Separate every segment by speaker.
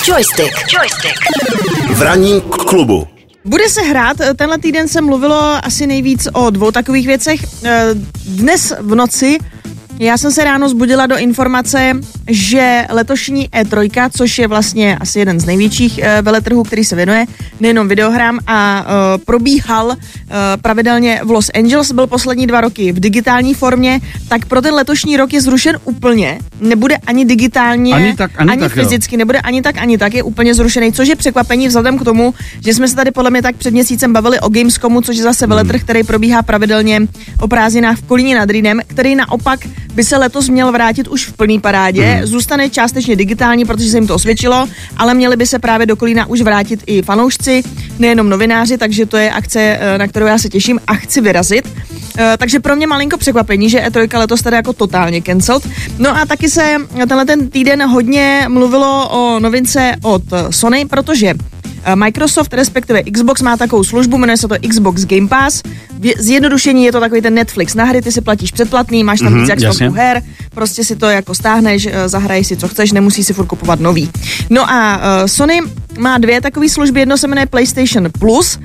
Speaker 1: Joystick. V ranním klubu.
Speaker 2: Bude se hrát, tenhle týden se mluvilo asi nejvíc o 2 takových věcech. Dnes v noci já jsem se ráno zbudila do informace, že letošní E3, což je vlastně asi jeden z největších veletrhů, který se věnuje nejenom videohrám a probíhal pravidelně v Los Angeles, byl poslední 2 roky v digitální formě, tak pro ten letošní rok je zrušen úplně, nebude ani digitálně, ani fyzicky, jo. Nebude ani tak, je úplně zrušený, což je překvapení vzhledem k tomu, že jsme se tady podle mě tak před měsícem bavili o Gamescomu, což je zase veletrh, který probíhá pravidelně o prázdninách v Kolíně nad Rýnem, který naopak by se letos měl vrátit už v plný parádě. Zůstane částečně digitální, protože se jim to osvědčilo, ale měli by se právě do Kolína už vrátit i fanoušci, nejenom novináři, takže to je akce, na kterou já se těším a chci vyrazit. Takže pro mě malinko překvapení, že E3 letos tady jako totálně cancelled. No a taky se tenhle ten týden hodně mluvilo o novince od Sony, protože Microsoft, respektive Xbox má takovou službu, jmenuje se to Xbox Game Pass. Zjednodušení je to takový ten Netflix na hry, ty si platíš předplatný, máš tam víc jak 100 her, prostě si to jako stáhneš, zahraješ si co chceš, nemusíš si furt kupovat nový. No a Sony má 2 takové služby, jedno se jmenuje PlayStation Plus,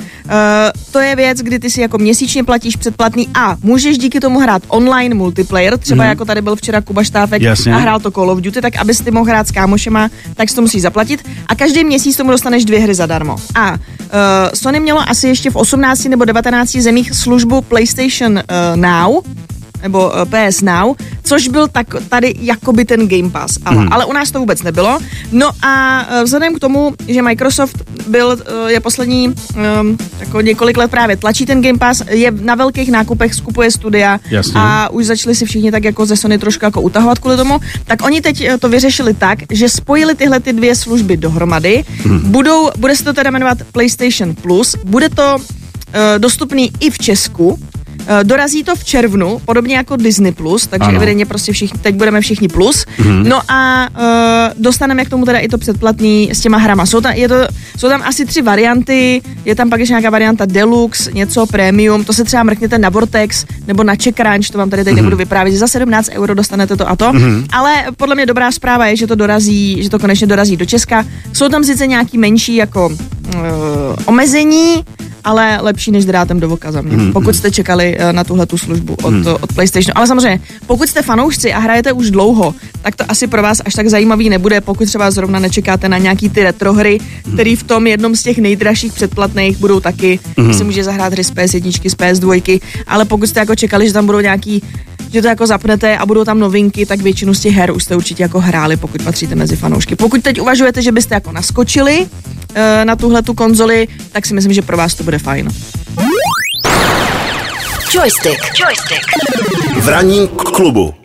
Speaker 2: to je věc, kdy ty si jako měsíčně platíš předplatný a můžeš díky tomu hrát online multiplayer, třeba jako tady byl včera Kuba Štáfek a hrál to Call of Duty, tak abys ty mohl hrát s kámošema, tak si to musíš zaplatit a každý měsíc tomu dostaneš 2 hry zadarmo. A Sony mělo asi ještě v 18 nebo 19 zemích službu PlayStation Now, nebo PS Now, což byl tak tady jakoby ten Game Pass, ale u nás to vůbec nebylo. No a vzhledem k tomu, že Microsoft je poslední jako několik let právě tlačí ten Game Pass, je na velkých nákupech, skupuje studia a už začali si všichni tak jako ze Sony trošku jako utahovat kvůli tomu, tak oni teď to vyřešili tak, že spojili tyhle ty 2 služby dohromady, bude se to teda jmenovat PlayStation Plus, bude to dostupný i v Česku. Dorazí to v červnu, podobně jako Disney Plus, takže evidentně prostě teď budeme všichni plus. No a dostaneme k tomu teda i to předplatný s těma hrama. Jsou tam asi 3 varianty, je tam pak ještě nějaká varianta Deluxe, něco Premium, to se třeba mrkněte na Vortex nebo na Czech Ranch, to vám tady teď nebudu vyprávět, že za 17 € dostanete to a to. Ale podle mě dobrá zpráva je, že to konečně dorazí do Česka. Jsou tam sice nějaký menší jako omezení, ale lepší než drátem do voka za mě, pokud jste čekali na tuhletu službu od PlayStationu. Ale samozřejmě, pokud jste fanoušci a hrajete už dlouho, tak to asi pro vás až tak zajímavý nebude, pokud třeba zrovna nečekáte na nějaký ty retro hry, který v tom jednom z těch nejdražších předplatných budou taky, si může zahrát hry z PS1, z PS2, ale pokud jste jako čekali, že tam budou nějaký, že to jako zapnete a budou tam novinky, tak většinu z těch her už jste určitě jako hráli, pokud patříte mezi fanoušky. Pokud teď uvažujete, že byste jako naskočili na tuhletu konzoli, tak si myslím, že pro vás to bude fajn.
Speaker 1: Joystick. V ranním klubu.